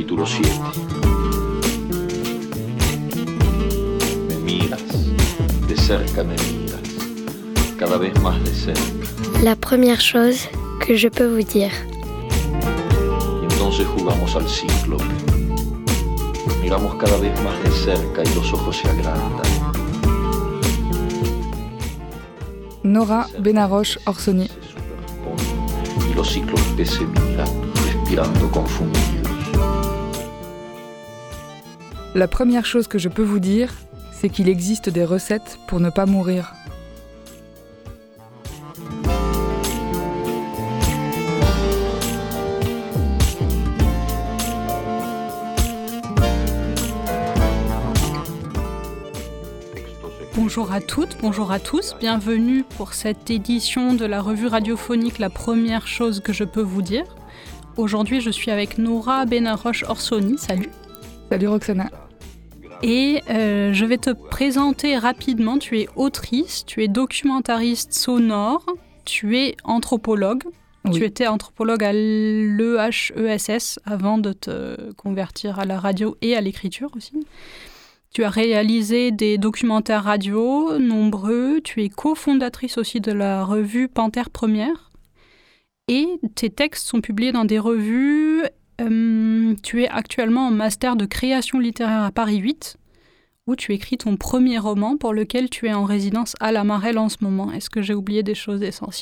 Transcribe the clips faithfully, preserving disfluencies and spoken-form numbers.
Capítulo siete. Me miras, de cerca me miras, cada vez más de cerca. La première chose que je peux vous dire. Y entonces jugamos al cíclope. Miramos cada vez más de cerca y los ojos se agrandan. Nora Benaroche Orsoni. Y los cíclopes se miran, respirando confundidos. La première chose que je peux vous dire, c'est qu'il existe des recettes pour ne pas mourir. Bonjour à toutes, bonjour à tous, bienvenue pour cette édition de la revue radiophonique La première chose que je peux vous dire. Aujourd'hui, je suis avec Nora Benaroche Orsoni, salut. Salut Roxana. Et euh, je vais te présenter rapidement, tu es autrice, tu es documentariste sonore, tu es anthropologue. Oui. Tu étais anthropologue à l'E H E S S avant de te convertir à la radio et à l'écriture aussi. Tu as réalisé des documentaires radio nombreux, tu es cofondatrice aussi de la revue Panthère Première et tes textes sont publiés dans des revues. Euh, tu es actuellement en master de création littéraire à Paris huit où tu écris ton premier roman pour lequel tu es en résidence à La Marelle en ce moment. Est-ce que j'ai oublié des choses essentielles ?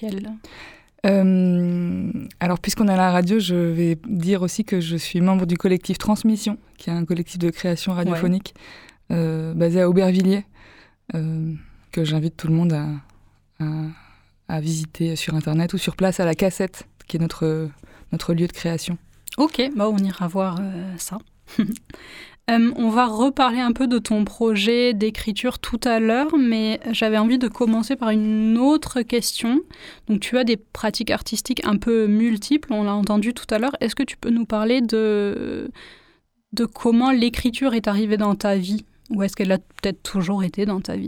Euh, alors, puisqu'on est à la radio, je vais dire aussi que je suis membre du collectif Transmission, qui est un collectif de création radiophonique. Ouais. Euh, basé à Aubervilliers, euh, que j'invite tout le monde à, à, à visiter sur Internet ou sur place à la Cassette, qui est notre, notre lieu de création. Ok, bah on ira voir euh, ça. euh, on va reparler un peu de ton projet d'écriture tout à l'heure, mais j'avais envie de commencer par une autre question. Donc tu as des pratiques artistiques un peu multiples, on l'a entendu tout à l'heure. Est-ce que tu peux nous parler de, de comment l'écriture est arrivée dans ta vie ? Ou est-ce qu'elle a peut-être toujours été dans ta vie ?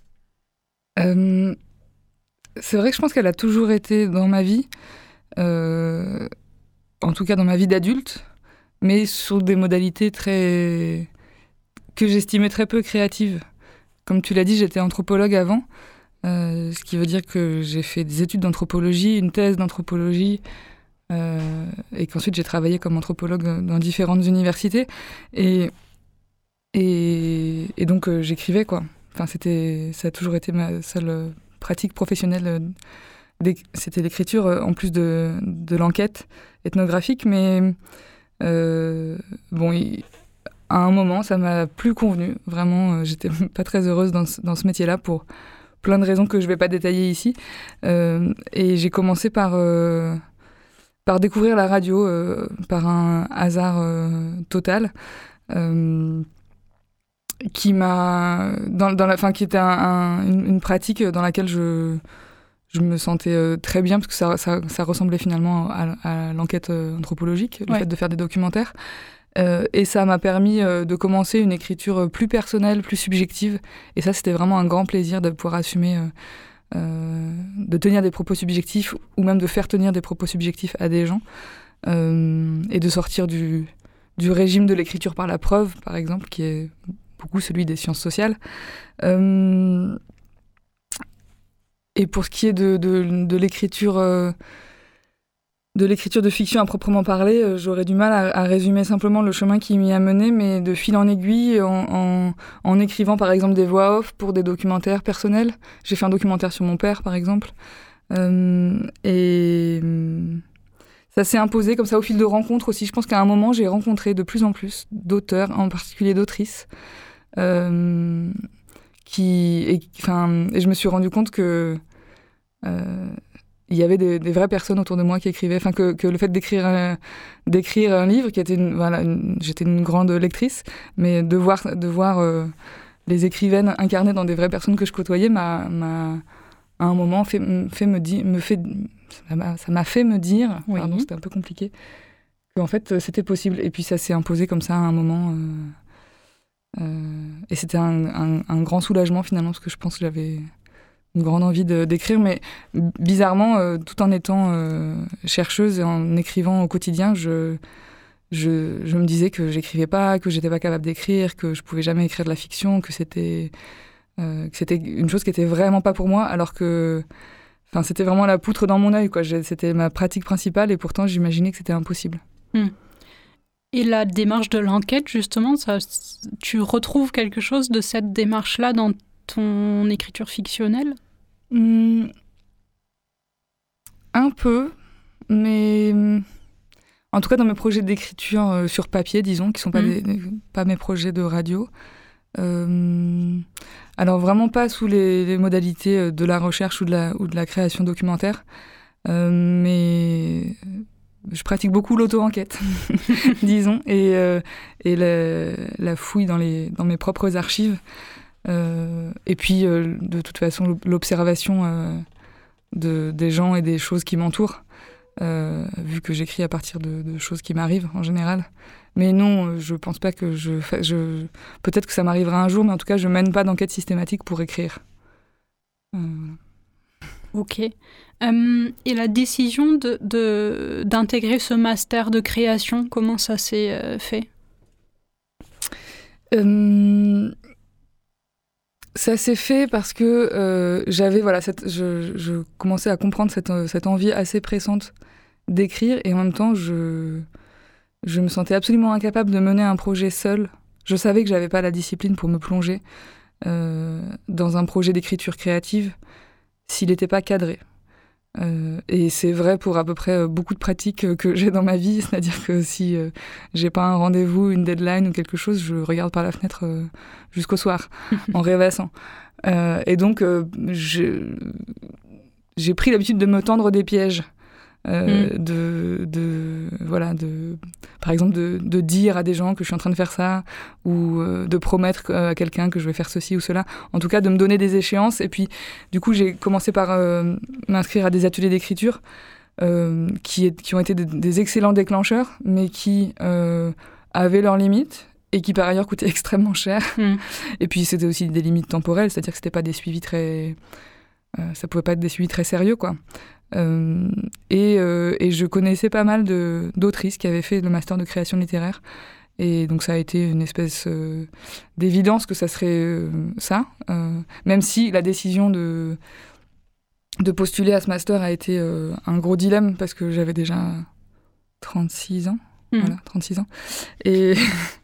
euh, C'est vrai que je pense qu'elle a toujours été dans ma vie, euh, en tout cas dans ma vie d'adulte, mais sur des modalités très que j'estimais très peu créatives. Comme tu l'as dit, j'étais anthropologue avant, euh, ce qui veut dire que j'ai fait des études d'anthropologie, une thèse d'anthropologie, euh, et qu'ensuite j'ai travaillé comme anthropologue dans différentes universités. Et Et, et donc euh, j'écrivais quoi. Enfin c'était, ça a toujours été ma seule euh, pratique professionnelle. Euh, c'était l'écriture euh, en plus de, de l'enquête ethnographique, mais euh, bon, il, à un moment ça m'a plus convenu. Vraiment, euh, j'étais pas très heureuse dans ce, dans ce métier-là pour plein de raisons que je vais pas détailler ici. Euh, et j'ai commencé par euh, par découvrir la radio euh, par un hasard euh, total. Euh, qui m'a dans, dans la fin qui était un, un, une, une pratique dans laquelle je je me sentais euh, très bien parce que ça, ça ça ressemblait finalement à, à l'enquête euh, anthropologique, le ouais. fait de faire des documentaires, euh, et ça m'a permis euh, de commencer une écriture plus personnelle, plus subjective, et ça c'était vraiment un grand plaisir de pouvoir assumer euh, euh, de tenir des propos subjectifs ou même de faire tenir des propos subjectifs à des gens, euh, et de sortir du du régime de l'écriture par la preuve par exemple, qui est beaucoup celui des sciences sociales. Euh, et pour ce qui est de, de, de l'écriture euh, de l'écriture de fiction à proprement parler, euh, j'aurais du mal à, à résumer simplement le chemin qui m'y a mené, mais de fil en aiguille, en, en, en écrivant par exemple des voix off pour des documentaires personnels. J'ai fait un documentaire sur mon père par exemple. Euh, et ça s'est imposé comme ça au fil de rencontres aussi. Je pense qu'à un moment, j'ai rencontré de plus en plus d'auteurs, en particulier d'autrices, Euh, qui, et, enfin, et je me suis rendu compte que euh, il y avait des, des vraies personnes autour de moi qui écrivaient, enfin que, que le fait d'écrire un, d'écrire un livre, qui était une, voilà, une, j'étais une grande lectrice, mais de voir, de voir euh, les écrivaines incarnées dans des vraies personnes que je côtoyais m'a, m'a à un moment fait, fait me dire, me fait, ça m'a, ça m'a fait me dire, oui. Pardon, c'était un peu compliqué, qu'en fait c'était possible. Et puis ça s'est imposé comme ça à un moment. Euh, Euh, et c'était un, un, un grand soulagement finalement, parce que je pense que j'avais une grande envie de, d'écrire, mais bizarrement, euh, tout en étant euh, chercheuse et en écrivant au quotidien, je, je, je me disais que j'écrivais pas, que j'étais pas capable d'écrire, que je pouvais jamais écrire de la fiction, que c'était, euh, que c'était une chose qui était vraiment pas pour moi, alors que enfin, c'était vraiment la poutre dans mon œil, quoi. Je, c'était ma pratique principale et pourtant j'imaginais que c'était impossible. Mmh. Et la démarche de l'enquête, justement, ça, tu retrouves quelque chose de cette démarche-là dans ton écriture fictionnelle ? mmh, Un peu, mais en tout cas dans mes projets d'écriture euh, sur papier, disons, qui ne sont pas, mmh. des, pas mes projets de radio. Euh, alors vraiment pas sous les, les modalités de la recherche ou de la, ou de la création documentaire, euh, mais je pratique beaucoup l'auto-enquête, disons, et, euh, et la, la fouille dans, les, dans mes propres archives. Euh, et puis, euh, de toute façon, l'observation euh, de, des gens et des choses qui m'entourent, euh, vu que j'écris à partir de, de choses qui m'arrivent en général. Mais non, je pense pas que je... je peut-être que ça m'arrivera un jour, mais en tout cas, je mène pas d'enquête systématique pour écrire. Euh... Ok. Euh, et la décision de, de, d'intégrer ce master de création, comment ça s'est euh, fait ? euh... Ça s'est fait parce que euh, j'avais, voilà, cette, je, je commençais à comprendre cette, cette envie assez pressante d'écrire, et en même temps, je, je me sentais absolument incapable de mener un projet seul. Je savais que j'avais pas la discipline pour me plonger euh, dans un projet d'écriture créative s'il n'était pas cadré. Euh, et c'est vrai pour à peu près beaucoup de pratiques que j'ai dans ma vie, c'est-à-dire que si euh, j'ai pas un rendez-vous, une deadline ou quelque chose, je regarde par la fenêtre euh, jusqu'au soir en rêvassant. Euh, et donc euh, j'ai, j'ai pris l'habitude de me tendre des pièges, euh, mmh. de, de voilà, de par exemple de, de dire à des gens que je suis en train de faire ça, ou euh, de promettre à quelqu'un que je vais faire ceci ou cela. En tout cas, de me donner des échéances. Et puis, du coup, j'ai commencé par euh, m'inscrire à des ateliers d'écriture euh, qui, est, qui ont été des, des excellents déclencheurs, mais qui euh, avaient leurs limites et qui, par ailleurs, coûtaient extrêmement cher. Mmh. Et puis, c'était aussi des limites temporelles, c'est-à-dire que c'était pas des suivis très... Euh, ça pouvait pas être des suivis très sérieux, quoi. Euh, et, euh, et je connaissais pas mal de, d'autrices qui avaient fait le master de création littéraire. Et donc ça a été une espèce euh, d'évidence que ça serait euh, ça. Euh, même si la décision de, de postuler à ce master a été euh, un gros dilemme, parce que j'avais déjà trente-six ans. Mmh. Voilà, trente-six ans. Et,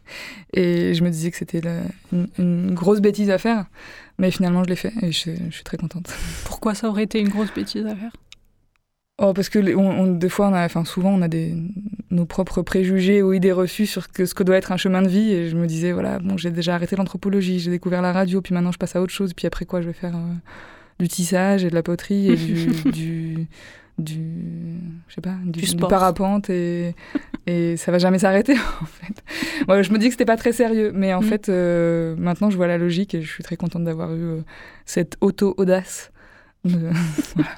et je me disais que c'était la, une, une grosse bêtise à faire. Mais finalement, je l'ai fait et je, je suis très contente. Pourquoi ça aurait été une grosse bêtise à faire ? Oh, parce que les, on, on, des fois, on a, enfin, souvent, on a des, nos propres préjugés ou idées reçues sur que, ce que doit être un chemin de vie. Et je me disais, voilà, bon, j'ai déjà arrêté l'anthropologie, j'ai découvert la radio, puis maintenant je passe à autre chose. Puis après quoi, je vais faire euh, du tissage et de la poterie et du, du, du, je sais pas, du, du, du parapente et, et ça va jamais s'arrêter, en fait. Moi, je me dis que c'était pas très sérieux, mais en mmh. fait, euh, maintenant, je vois la logique et je suis très contente d'avoir eu euh, cette auto-audace. De... voilà.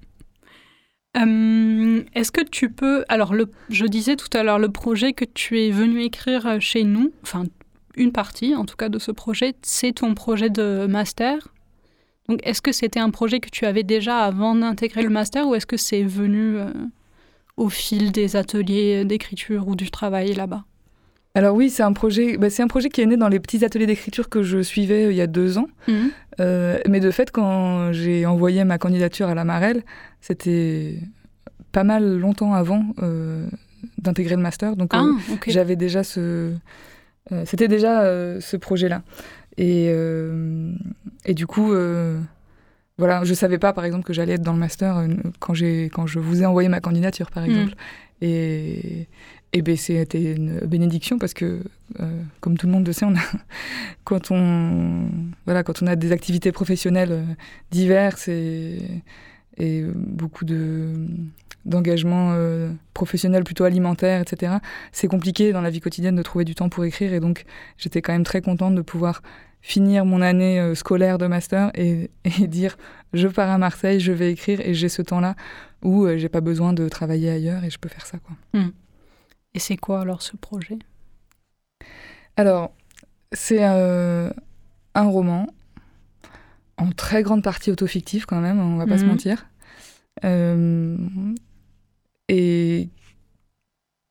Euh, est-ce que tu peux... Alors, le, je disais tout à l'heure, le projet que tu es venu écrire chez nous, enfin, une partie, en tout cas, de ce projet, c'est ton projet de master. Donc, est-ce que c'était un projet que tu avais déjà avant d'intégrer le master, ou est-ce que c'est venu euh, au fil des ateliers d'écriture ou du travail là-bas ? Alors oui, c'est un projet, bah, c'est un projet qui est né dans les petits ateliers d'écriture que je suivais euh, il y a deux ans. Mmh. Euh, mais de fait, quand j'ai envoyé ma candidature à la Marelle, c'était pas mal longtemps avant euh, d'intégrer le master. Donc ah, euh, okay. j'avais déjà ce, euh, c'était déjà euh, ce projet-là. Et euh, et du coup, euh, voilà, je savais pas, par exemple, que j'allais être dans le master euh, quand j'ai quand je vous ai envoyé ma candidature, par exemple. Mmh. Et Et ben c'était une bénédiction parce que, euh, comme tout le monde le sait, on a, quand, on, voilà, quand on a des activités professionnelles diverses et, et beaucoup de, d'engagement euh, professionnel plutôt alimentaire, et cetera, c'est compliqué dans la vie quotidienne de trouver du temps pour écrire. Et donc, j'étais quand même très contente de pouvoir finir mon année euh, scolaire de master et, et dire « je pars à Marseille, je vais écrire » et j'ai ce temps-là où euh, j'ai pas besoin de travailler ailleurs et je peux faire ça, quoi. Mmh. Et c'est quoi alors ce projet ? Alors, c'est euh, un roman, en très grande partie autofictif quand même, on va pas mmh. se mentir. Euh, et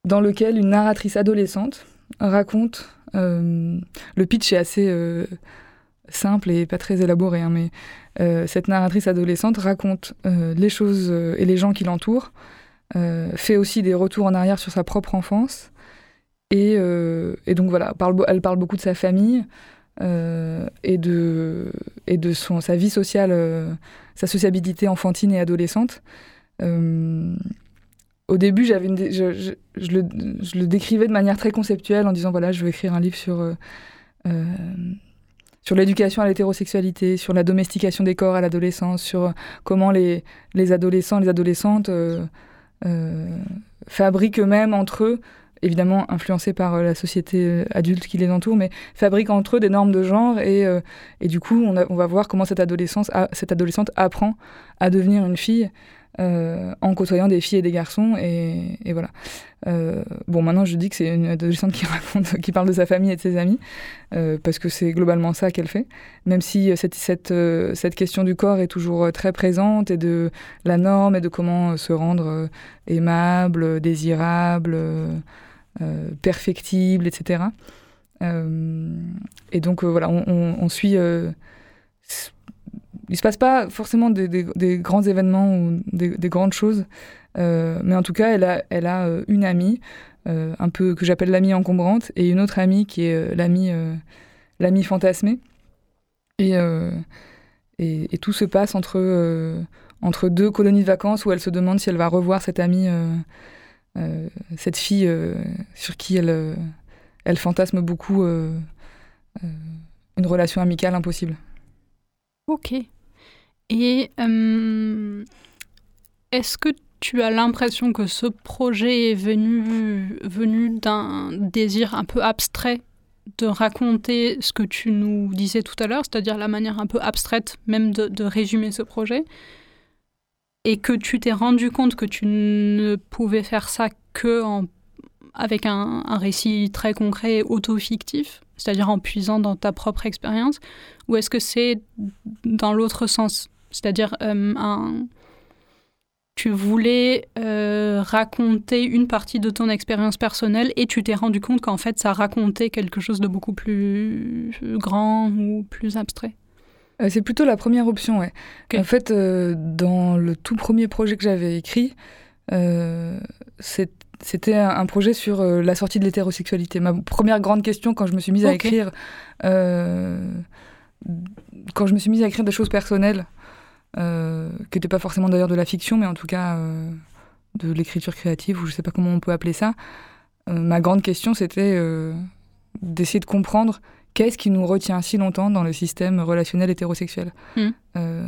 dans lequel une narratrice adolescente raconte... Euh, le pitch est assez euh, simple et pas très élaboré, hein, mais euh, cette narratrice adolescente raconte euh, les choses euh, et les gens qui l'entourent, euh, fait aussi des retours en arrière sur sa propre enfance, et, euh, et donc voilà, parle, elle parle beaucoup de sa famille euh, et de, et de son, sa vie sociale, euh, sa sociabilité enfantine et adolescente. Euh, Au début, j'avais une dé- je, je, je, le, je le décrivais de manière très conceptuelle en disant voilà, je veux écrire un livre sur, euh, euh, sur l'éducation à l'hétérosexualité, sur la domestication des corps à l'adolescence, sur comment les, les adolescents, les adolescentes euh, euh, fabriquent eux-mêmes entre eux, évidemment influencés par euh, la société adulte qui les entoure, mais fabriquent entre eux des normes de genre et, euh, et du coup, on, a, on va voir comment cette, adolescence a, cette adolescente apprend à devenir une fille. Euh, en côtoyant des filles et des garçons, et, et voilà. Euh, bon, maintenant, je dis que c'est une adolescente qui raconte, qui parle de sa famille et de ses amis, euh, parce que c'est globalement ça qu'elle fait, même si cette, cette, euh, cette question du corps est toujours très présente, et de la norme, et de comment se rendre euh, aimable, désirable, euh, euh, perfectible, et cetera. Euh, et donc, euh, voilà, on, on, on suit... Euh, Il ne se passe pas forcément des, des, des grands événements ou des, des grandes choses, euh, mais en tout cas, elle a, elle a euh, une amie, euh, un peu que j'appelle l'amie encombrante, et une autre amie qui est euh, l'amie, euh, l'amie fantasmée. Et, euh, et, et tout se passe entre, euh, entre deux colonies de vacances où elle se demande si elle va revoir cette amie, euh, euh, cette fille euh, sur qui elle, euh, elle fantasme beaucoup euh, euh, une relation amicale impossible. Ok. Et euh, est-ce que tu as l'impression que ce projet est venu, venu d'un désir un peu abstrait de raconter ce que tu nous disais tout à l'heure, c'est-à-dire la manière un peu abstraite même de, de résumer ce projet, et que tu t'es rendu compte que tu ne pouvais faire ça que en, avec un, un récit très concret et auto-fictif, c'est-à-dire en puisant dans ta propre expérience, ou est-ce que c'est dans l'autre sens, c'est-à-dire euh, un, tu voulais euh, raconter une partie de ton expérience personnelle et tu t'es rendu compte qu'en fait ça racontait quelque chose de beaucoup plus grand ou plus abstrait? Euh, c'est plutôt la première option, ouais. Okay. En fait, euh, dans le tout premier projet que j'avais écrit, euh, c'est, c'était un projet sur euh, la sortie de l'hétérosexualité. Ma première grande question quand je me suis mise à okay. écrire, euh, quand je me suis mise à écrire des choses personnelles, euh, qui n'étaient pas forcément d'ailleurs de la fiction, mais en tout cas euh, de l'écriture créative, ou je ne sais pas comment on peut appeler ça, euh, ma grande question, c'était euh, d'essayer de comprendre qu'est-ce qui nous retient si longtemps dans le système relationnel hétérosexuel. Mmh. Euh,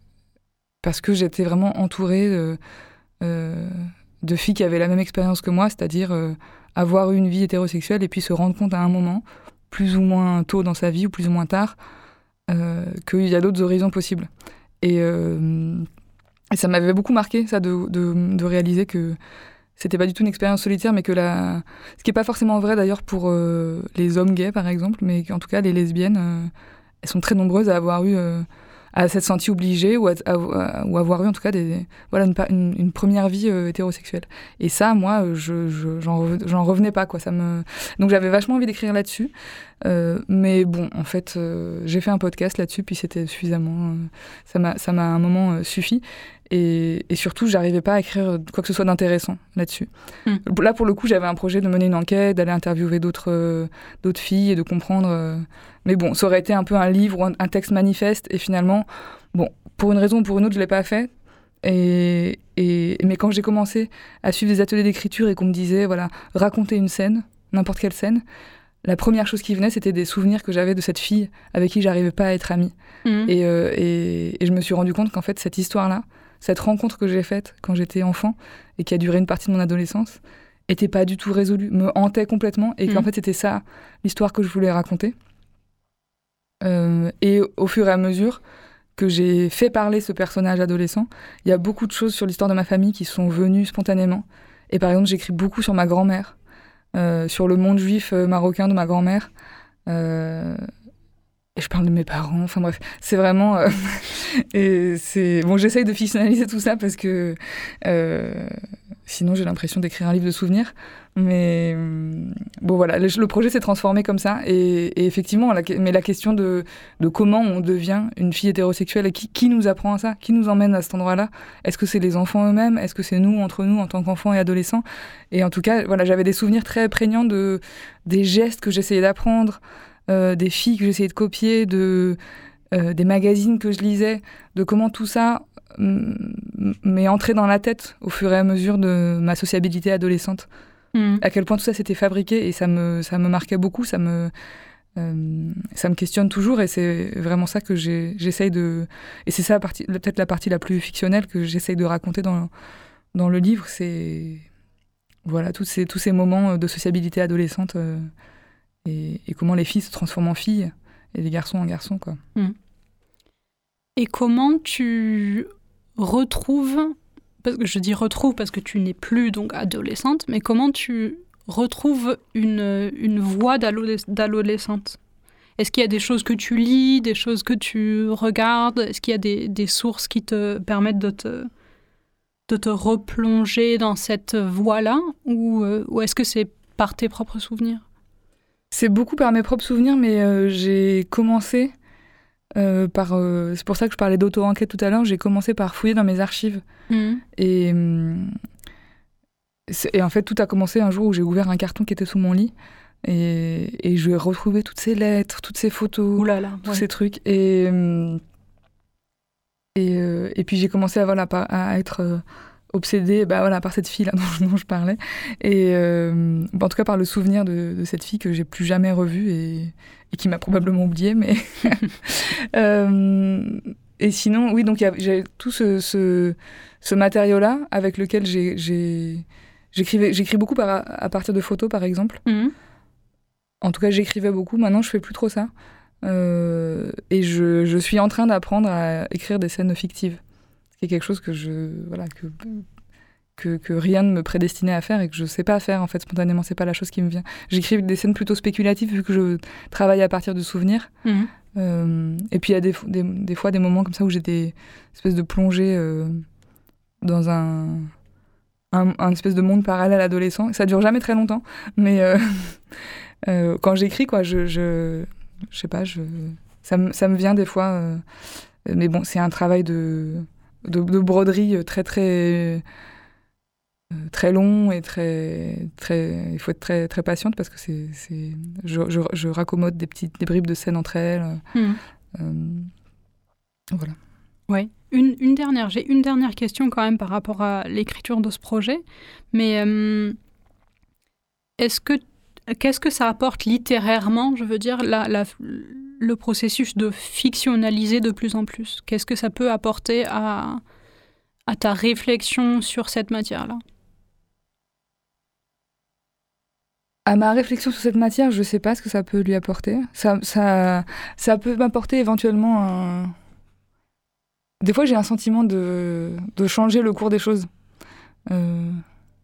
parce que j'étais vraiment entourée de, euh, de filles qui avaient la même expérience que moi, c'est-à-dire euh, avoir eu une vie hétérosexuelle et puis se rendre compte à un moment, plus ou moins tôt dans sa vie ou plus ou moins tard, euh, qu'il y a d'autres horizons possibles. Et, euh, et ça m'avait beaucoup marqué, ça, de, de, de réaliser que c'était pas du tout une expérience solitaire, mais que la... Ce qui n'est pas forcément vrai d'ailleurs pour euh, les hommes gays, par exemple, mais qu'en tout cas, les lesbiennes, euh, elles sont très nombreuses à avoir eu... Euh, à s'être senties obligées ou, à, à, à, ou avoir eu en tout cas des, voilà, une, une, une première vie euh, hétérosexuelle. Et ça, moi, je, je, j'en, revenais, j'en revenais pas, quoi. Ça me... Donc j'avais vachement envie d'écrire là-dessus. Euh, mais bon, en fait, euh, j'ai fait un podcast là-dessus, puis c'était suffisamment... Euh, ça, m'a, ça m'a à un moment euh, suffi. Et, et surtout, j'arrivais pas à écrire quoi que ce soit d'intéressant là-dessus. Mmh. Là, pour le coup, j'avais un projet de mener une enquête, d'aller interviewer d'autres, euh, d'autres filles et de comprendre... Euh... Mais bon, ça aurait été un peu un livre ou un, un texte manifeste. Et finalement, bon, pour une raison ou pour une autre, je l'ai pas fait. Et, et, mais quand j'ai commencé à suivre des ateliers d'écriture et qu'on me disait, voilà, raconter une scène, n'importe quelle scène, la première chose qui venait, c'était des souvenirs que j'avais de cette fille avec qui j'arrivais pas à être amie. Mmh. Et, euh, et, et je me suis rendu compte qu'en fait, cette histoire-là, cette rencontre que j'ai faite quand j'étais enfant et qui a duré une partie de mon adolescence, était pas du tout résolue, me hantait complètement, et qu'en mmh. fait, c'était ça, l'histoire que je voulais raconter. Euh, et au fur et à mesure que j'ai fait parler ce personnage adolescent, il y a beaucoup de choses sur l'histoire de ma famille qui sont venues spontanément. Et par exemple, j'écris beaucoup sur ma grand-mère, euh, sur le monde juif marocain de ma grand-mère. Euh, et je parle de mes parents, enfin bref, c'est vraiment... Euh, et c'est... Bon, j'essaye de fictionnaliser tout ça parce que euh, sinon, j'ai l'impression d'écrire un livre de souvenirs. Mais euh, bon, voilà, le, le projet s'est transformé comme ça. Et, et effectivement, la, mais la question de, de comment on devient une fille hétérosexuelle et qui, qui nous apprend à ça, qui nous emmène à cet endroit-là. Est-ce que c'est les enfants eux-mêmes ? Est-ce que c'est nous, entre nous, en tant qu'enfants et adolescents ? Et en tout cas, voilà, j'avais des souvenirs très prégnants de, des gestes que j'essayais d'apprendre, euh, des filles que j'essayais de copier, de, euh, des magazines que je lisais, de comment tout ça m'est entré dans la tête au fur et à mesure de ma sociabilité adolescente. Mmh. À quel point tout ça s'était fabriqué et ça me, ça me marquait beaucoup, ça me, euh, ça me questionne toujours et c'est vraiment ça que j'ai, j'essaye de... Et c'est ça la partie, peut-être la partie la plus fictionnelle que j'essaye de raconter dans, dans le livre, c'est voilà, tous ces, tous ces moments de sociabilité adolescente euh, et, et comment les filles se transforment en filles et les garçons en garçons, quoi. Mmh. Et comment tu retrouves, parce que je dis retrouve parce que tu n'es plus donc adolescente, mais comment tu retrouves une, une voix d'adolescente ? Est-ce qu'il y a des choses que tu lis, des choses que tu regardes ? Est-ce qu'il y a des, des sources qui te permettent de te, de te replonger dans cette voie-là ? Ou, euh, ou est-ce que c'est par tes propres souvenirs ? C'est beaucoup par mes propres souvenirs, mais euh, j'ai commencé... Euh, par, euh, c'est pour ça que je parlais d'auto-enquête tout à l'heure. J'ai commencé par fouiller dans mes archives. Mmh. Et, et en fait, tout a commencé un jour où j'ai ouvert un carton qui était sous mon lit. Et, et je retrouvais toutes ces lettres, toutes ces photos, Oulala, tous ouais. ces trucs. Et, et, euh, et puis j'ai commencé à, voilà, à être euh, obsédée bah, voilà, par cette fille-là dont, dont je parlais. Et euh, en tout cas par le souvenir de, de cette fille que j'ai plus jamais revue. Et... et qui m'a probablement oublié, mais... euh, et sinon, oui, donc y a, j'ai tout ce, ce, ce matériau-là avec lequel j'ai, j'ai, j'écrivais, j'écris beaucoup par, à partir de photos, par exemple. Mmh. En tout cas, j'écrivais beaucoup. Maintenant, je fais plus trop ça. Euh, et je, je suis en train d'apprendre à écrire des scènes fictives. C'est quelque chose que je... Voilà, que... Que, que rien ne me prédestinait à faire et que je ne sais pas faire, en fait, spontanément, c'est pas la chose qui me vient. J'écris des scènes plutôt spéculatives vu que je travaille à partir de souvenirs. Mmh. Euh, et puis il y a des, des, des fois des moments comme ça où j'ai des espèces de plongées euh, dans un, un, un espèce de monde parallèle adolescent. Ça dure jamais très longtemps, mais euh, euh, quand j'écris, quoi, je, je, je sais pas, je, ça, me, ça me vient des fois. Euh, mais bon, c'est un travail de, de, de broderie très, très... très long et très, très... Il faut être très, très patiente parce que c'est... c'est je, je, je raccommode des, petites, des bribes de scènes entre elles. Mmh. Euh, voilà. Ouais. Une, une dernière, j'ai une dernière question quand même par rapport à l'écriture de ce projet. Mais euh, est-ce que, qu'est-ce que ça apporte littérairement, je veux dire, la, la, le processus de fictionnaliser de plus en plus ? Qu'est-ce que ça peut apporter à, à ta réflexion sur cette matière-là ? À ma réflexion sur cette matière, je ne sais pas ce que ça peut lui apporter. Ça, ça, ça peut m'apporter éventuellement un... Des fois, j'ai un sentiment de, de changer le cours des choses. Euh,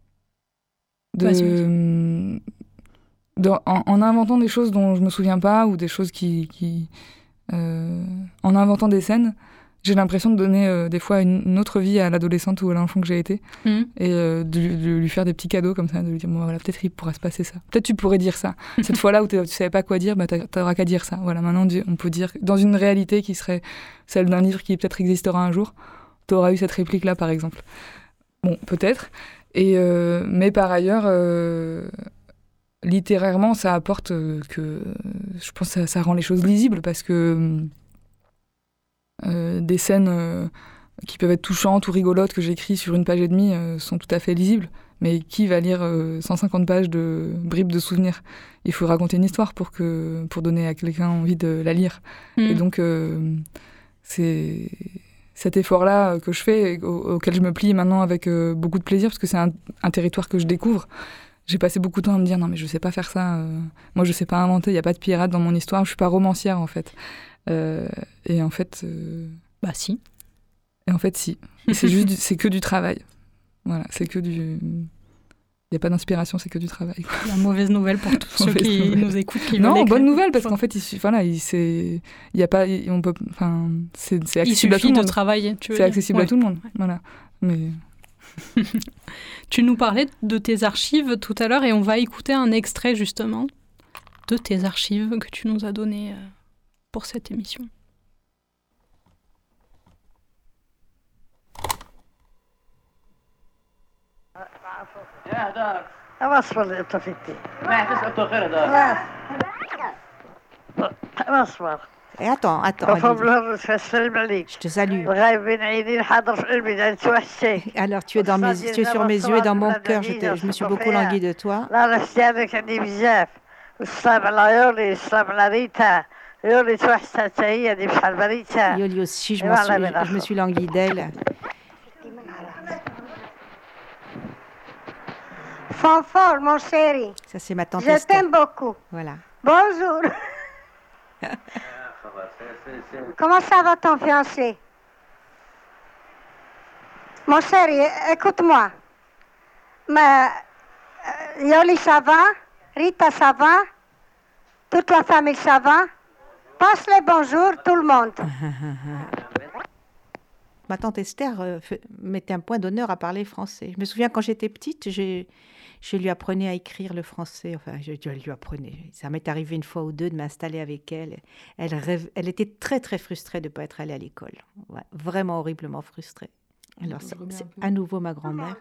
de, de, en, en inventant des choses dont je ne me souviens pas ou des choses qui... qui euh, en inventant des scènes, j'ai l'impression de donner euh, des fois une, une autre vie à l'adolescente ou à l'enfant que j'ai été mmh. et euh, de, de lui faire des petits cadeaux comme ça, de lui dire bon, voilà, peut-être il pourra se passer ça. Peut-être tu pourrais dire ça. Cette fois-là où tu ne savais pas quoi dire, bah, tu n'auras qu'à dire ça. Voilà, maintenant on peut dire dans une réalité qui serait celle d'un livre qui peut-être existera un jour, tu auras eu cette réplique-là par exemple. Bon, peut-être. Et, euh, mais par ailleurs, euh, littérairement, ça apporte euh, que je pense que ça, ça rend les choses lisibles parce que Euh, des scènes euh, qui peuvent être touchantes ou rigolotes que j'écris sur une page et demie euh, sont tout à fait lisibles. Mais qui va lire euh, cent cinquante pages de bribes de souvenirs ? Il faut raconter une histoire pour, que, pour donner à quelqu'un envie de la lire. Mmh. Et donc, euh, c'est cet effort-là que je fais, au, auquel je me plie maintenant avec euh, beaucoup de plaisir, parce que c'est un, un territoire que je découvre. J'ai passé beaucoup de temps à me dire « Non, mais je ne sais pas faire ça. Euh, moi, je ne sais pas inventer. Il n'y a pas de pirate dans mon histoire. Je ne suis pas romancière, en fait. » Euh, et en fait... Euh... Bah si. Et en fait, si. Et c'est juste, du... c'est que du travail. Voilà, c'est que du... Il n'y a pas d'inspiration, c'est que du travail. La mauvaise nouvelle pour tous ceux qui nouvelle. nous écoutent. Qui non, bonne nouvelle, parce qu'en fait, il, voilà, il, c'est, il y a pas... On peut, enfin, c'est, c'est accessible à tout le monde. Il suffit de travailler, tu veux C'est dire. accessible ouais. à tout le monde, voilà. Mais... Tu nous parlais de tes archives tout à l'heure et on va écouter un extrait justement de tes archives que tu nous as données pour cette émission. Et attends, attends. Je te salue. Alors tu es, dans mes, tu es sur mes yeux et dans mon cœur. Je, te, je me suis beaucoup languie de toi. Yoli aussi, je, suis, je, je me suis languie d'elle. Fanfort, mon chéri. Ça, c'est ma tante Je Esther. t'aime beaucoup. Voilà. Bonjour. Comment ça va ton fiancé? Mon chéri, écoute-moi. Mais, euh, Yoli, ça va? Rita, ça va? Toute la famille, ça va? Passe les bonjours, tout le monde. Ma tante Esther euh, mettait un point d'honneur à parler français. Je me souviens quand j'étais petite, j'ai... je lui apprenais à écrire le français. Enfin, je, je lui apprenais. Ça m'est arrivé une fois ou deux de m'installer avec elle. Elle, rêve... elle était très, très frustrée de ne pas être allée à l'école. Ouais, vraiment horriblement frustrée. Alors, ça, c'est à nouveau ma grand-mère.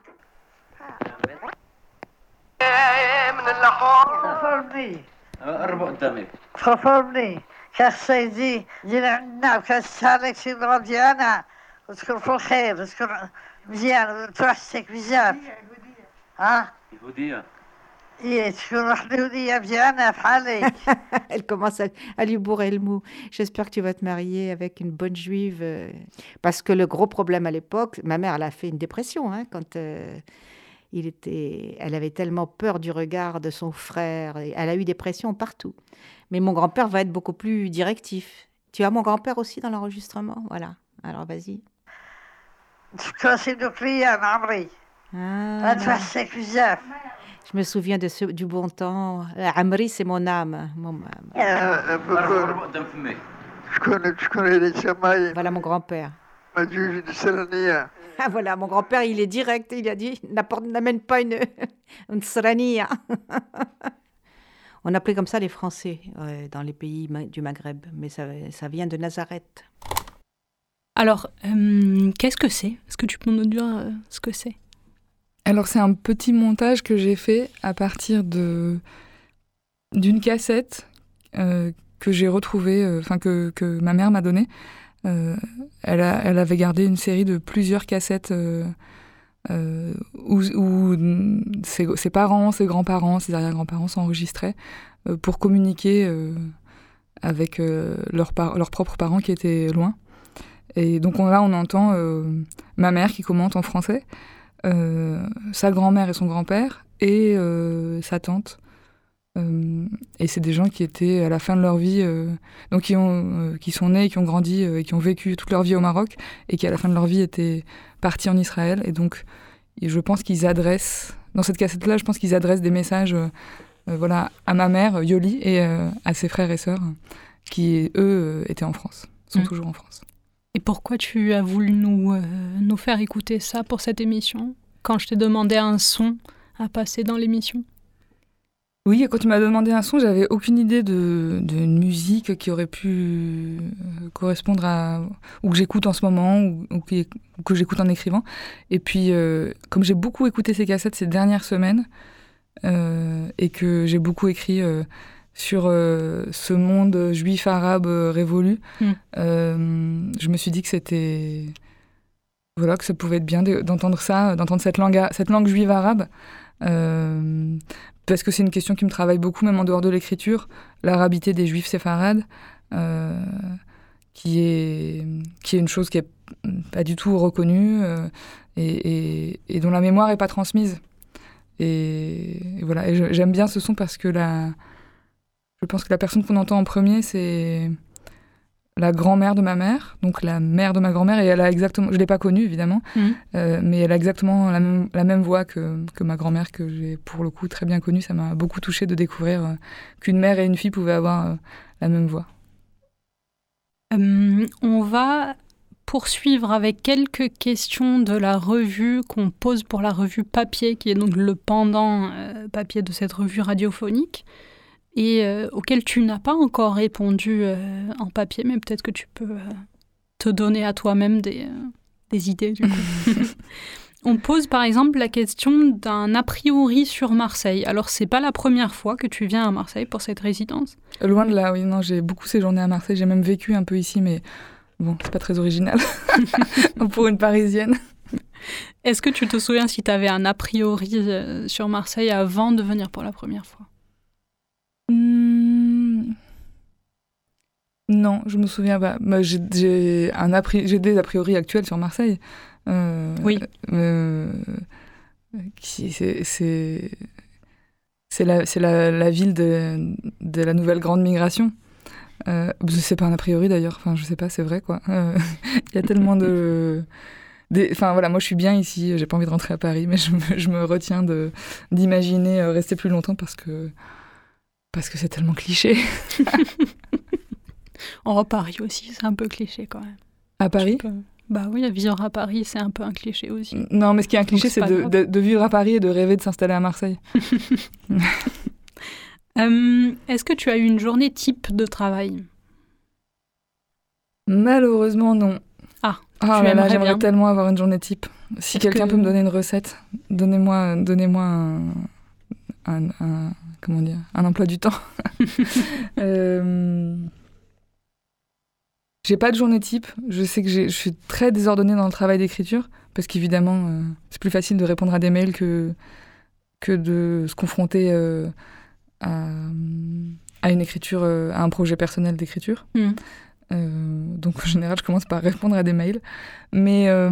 وتكون في الخير وتكون مزيان وتوحشك بزاف ها يهودية إيه تكون واحد اليهودية مزيانة بحالك. Elle commence à, à lui bourrer le mou. J'espère que tu vas te marier avec une bonne juive. Euh, parce que le gros problème à l'époque, ma mère, elle a fait une dépression hein, quand euh, il était, elle avait tellement peur du regard de son frère. Et elle a eu des pressions partout. Mais mon grand-père va être beaucoup plus directif. Tu as mon grand-père aussi dans l'enregistrement? Voilà. Alors vas-y. Ah, je me souviens de ce, du bon temps. Amri, c'est mon âme. Mon âme. Voilà mon grand-père. Ah, voilà, mon grand-père, il est direct. Il a dit, n'amène pas une, une srania. On appelait comme ça les Français euh, dans les pays du Maghreb. Mais ça, ça vient de Nazareth. Alors, euh, qu'est-ce que c'est? Est-ce que tu peux nous dire euh, ce que c'est? Alors, c'est un petit montage que j'ai fait à partir de d'une cassette euh, que j'ai retrouvée, enfin euh, que, que ma mère m'a donnée. Euh, elle, a, elle avait gardé une série de plusieurs cassettes euh, euh, où, où ses, ses parents, ses grands-parents, ses arrière-grands-parents s'enregistraient euh, pour communiquer euh, avec euh, leurs, par- leurs propres parents qui étaient loin. Et donc on, là, on entend euh, ma mère qui commente en français, euh, sa grand-mère et son grand-père, et euh, sa tante. Euh, et c'est des gens qui étaient à la fin de leur vie, euh, donc qui, ont, euh, qui sont nés, qui ont grandi euh, et qui ont vécu toute leur vie au Maroc, et qui à la fin de leur vie étaient partis en Israël. Et donc je pense qu'ils adressent, dans cette cassette-là, je pense qu'ils adressent des messages euh, euh, voilà, à ma mère, Yoli, et euh, à ses frères et sœurs, qui eux euh, étaient en France, sont mmh. toujours en France. Et pourquoi tu as voulu nous, euh, nous faire écouter ça pour cette émission, quand je t'ai demandé un son à passer dans l'émission? Oui, quand tu m'as demandé un son, j'avais aucune idée de, d'une musique qui aurait pu correspondre à... ou que j'écoute en ce moment, ou, ou, qui, ou que j'écoute en écrivant. Et puis, euh, comme j'ai beaucoup écouté ces cassettes ces dernières semaines, euh, et que j'ai beaucoup écrit... Euh, sur euh, ce monde juif arabe euh, révolu, mm. euh, je me suis dit que c'était voilà que ça pouvait être bien de, d'entendre ça, d'entendre cette langue, cette langue juive arabe, euh, parce que c'est une question qui me travaille beaucoup, même en dehors de l'écriture, l'arabité des juifs séfarades, euh, qui est qui est une chose qui est pas du tout reconnue euh, et, et, et dont la mémoire est pas transmise. Et, et voilà, et je, j'aime bien ce son parce que la Je pense que la personne qu'on entend en premier, c'est la grand-mère de ma mère, donc la mère de ma grand-mère, et elle a exactement, je ne l'ai pas connue évidemment, mmh. euh, mais elle a exactement la même, la même voix que, que ma grand-mère, que j'ai pour le coup très bien connue. Ça m'a beaucoup touchée de découvrir euh, qu'une mère et une fille pouvaient avoir euh, la même voix. Euh, on va poursuivre avec quelques questions de la revue qu'on pose pour la revue papier, qui est donc le pendant euh, papier de cette revue radiophonique, et euh, auquel tu n'as pas encore répondu euh, en papier, mais peut-être que tu peux euh, te donner à toi-même des, euh, des idées, du coup. On pose par exemple la question d'un a priori sur Marseille. Alors, c'est pas la première fois que tu viens à Marseille pour cette résidence. Loin de là, oui. Non, j'ai beaucoup séjourné à Marseille. J'ai même vécu un peu ici, mais bon, c'est pas très original pour une Parisienne. Est-ce que tu te souviens si tu avais un a priori euh, sur Marseille avant de venir pour la première fois ? Mmh... Non, je me souviens pas. Bah, j'ai, j'ai, un a pri... j'ai des a priori actuels sur Marseille. Euh, oui. Euh, qui, c'est, c'est, c'est, la, c'est la, la ville de, de la nouvelle grande migration. Euh, c'est pas un a priori d'ailleurs, enfin, je sais pas, c'est vrai quoi. Il euh, y a tellement de. Enfin voilà, moi je suis bien ici, j'ai pas envie de rentrer à Paris, mais je me, je me retiens de, d'imaginer rester plus longtemps parce que, parce que c'est tellement cliché. Oh, Paris aussi, c'est un peu cliché quand même. À Paris ? Bah oui, vivre à Paris, c'est un peu un cliché aussi. Non, mais ce qui est un cliché, c'est, c'est de, de, de vivre à Paris et de rêver de s'installer à Marseille. euh, est-ce que tu as eu une journée type de travail ? Malheureusement, non. Ah, ah tu là, là, aimerais j'aimerais bien. tellement avoir une journée type. Si Est-ce quelqu'un que... peut me donner une recette, donnez-moi, donnez-moi un, un, un, comment dire, un emploi du temps. euh... J'ai pas de journée type. Je sais que j'ai, je suis très désordonnée dans le travail d'écriture, parce qu'évidemment, euh, c'est plus facile de répondre à des mails que, que de se confronter euh, à, à une écriture, euh, à un projet personnel d'écriture. Mmh. Euh, donc en général, je commence par répondre à des mails. Mais euh,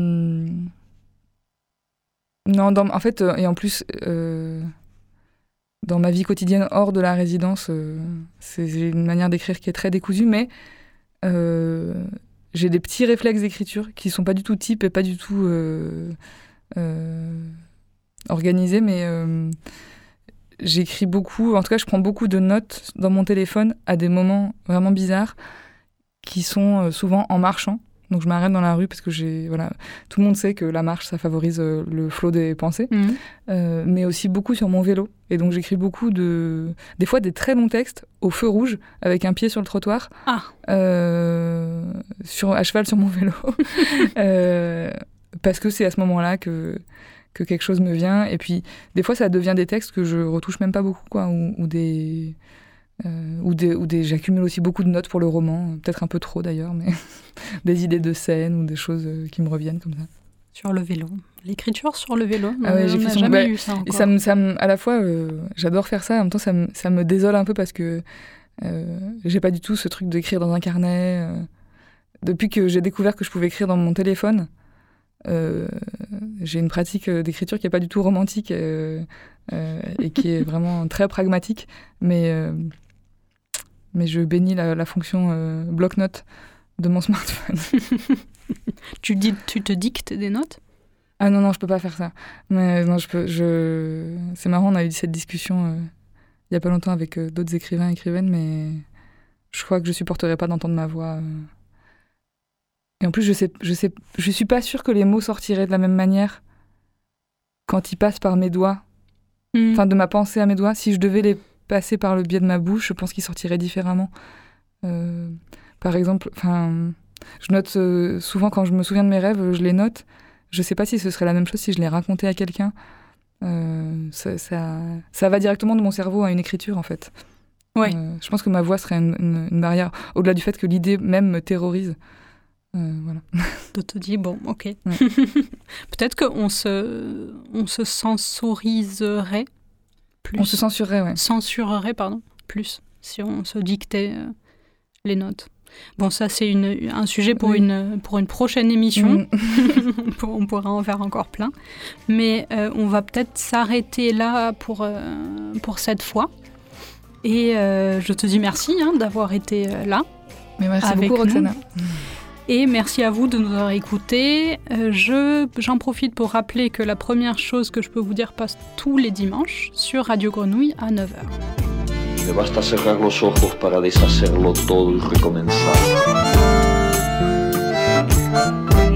non, dans, en fait, euh, et en plus, euh, dans ma vie quotidienne hors de la résidence, euh, c'est, j'ai une manière d'écrire qui est très décousue, mais Euh, j'ai des petits réflexes d'écriture qui sont pas du tout types et pas du tout euh, euh, organisés, mais euh, j'écris beaucoup, en tout cas je prends beaucoup de notes dans mon téléphone à des moments vraiment bizarres qui sont euh, souvent en marchant. Donc je m'arrête dans la rue parce que j'ai, voilà, tout le monde sait que la marche ça favorise euh, le flot des pensées, mmh. euh, mais aussi beaucoup sur mon vélo. Et donc j'écris beaucoup de, des fois des très longs textes au feu rouge avec un pied sur le trottoir, ah. euh, sur, à cheval sur mon vélo, euh, parce que c'est à ce moment-là que que quelque chose me vient. Et puis des fois ça devient des textes que je retouche même pas beaucoup, quoi, ou, ou des Euh, ou, des, ou des, j'accumule aussi beaucoup de notes pour le roman, peut-être un peu trop d'ailleurs, mais des idées de scène ou des choses qui me reviennent comme ça. Sur le vélo. L'écriture sur le vélo, ah ouais, on n'a jamais bah, eu ça encore. Et ça me, ça me, à la fois, euh, j'adore faire ça, en même temps ça me, ça me désole un peu parce que euh, j'ai pas du tout ce truc d'écrire dans un carnet. Euh, depuis que j'ai découvert que je pouvais écrire dans mon téléphone, euh, j'ai une pratique d'écriture qui est pas du tout romantique euh, euh, et qui est vraiment très pragmatique, mais... Euh, mais je bénis la, la fonction euh, bloc-notes de mon smartphone. tu, dis, tu te dictes des notes ? Ah non, non, je peux pas faire ça. Mais, non, je peux, je... C'est marrant, on a eu cette discussion euh, il y a pas longtemps avec euh, d'autres écrivains et écrivaines, mais je crois que je supporterais pas d'entendre ma voix. Euh... Et en plus, je sais, je sais, je suis pas sûre que les mots sortiraient de la même manière quand ils passent par mes doigts. Mmh. Enfin, de ma pensée à mes doigts. Si je devais les passer par le biais de ma bouche, je pense qu'il sortirait différemment. Euh, par exemple, enfin, je note euh, souvent quand je me souviens de mes rêves, je les note. Je sais pas si ce serait la même chose si je les racontais à quelqu'un. Euh, ça, ça, ça va directement de mon cerveau à une écriture, en fait. Ouais. Euh, je pense que ma voix serait une, une, une barrière, au-delà du fait que l'idée même me terrorise. Euh, voilà. De te dire, bon, ok. Ouais. Peut-être qu'on se, on se sensoriserait plus. On se censurerait, ouais. Censurerait, pardon, plus, si on se dictait euh, les notes. Bon, ça, c'est une, un sujet pour, oui. une, pour une prochaine émission. Mmh. On pourra en faire encore plein. Mais euh, on va peut-être s'arrêter là pour, euh, pour cette fois. Et euh, je te dis merci hein, d'avoir été euh, là. Mais merci avec beaucoup, Roxana. Nous. Et merci à vous de nous avoir écoutés. Euh, je, j'en profite pour rappeler que la première chose que je peux vous dire passe tous les dimanches sur Radio Grenouille à neuf heures. Me basta cerrar los ojos para deshacerlo todo y recomenzar.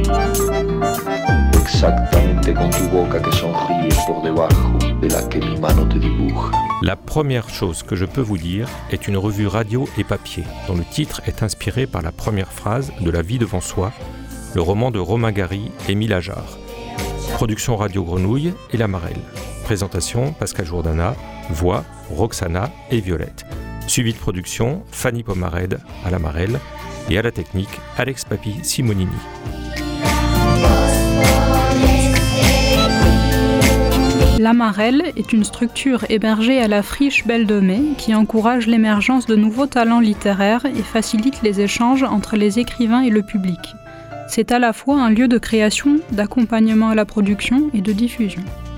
Exactamente con tu boca que sonríe por debajo de la que mi mano te dibuja. La première chose que je peux vous dire est une revue radio et papier, dont le titre est inspiré par la première phrase de La vie devant soi, le roman de Romain Gary et Émile Ajar. Production Radio Grenouille et La Marelle. Présentation Pascal Jourdana, voix Roxana et Violette. Suivi de production Fanny Pomarède à La Marelle et à la technique Alex Papi Simonini. La Marelle est une structure hébergée à la Friche Belle de Mai qui encourage l'émergence de nouveaux talents littéraires et facilite les échanges entre les écrivains et le public. C'est à la fois un lieu de création, d'accompagnement à la production et de diffusion.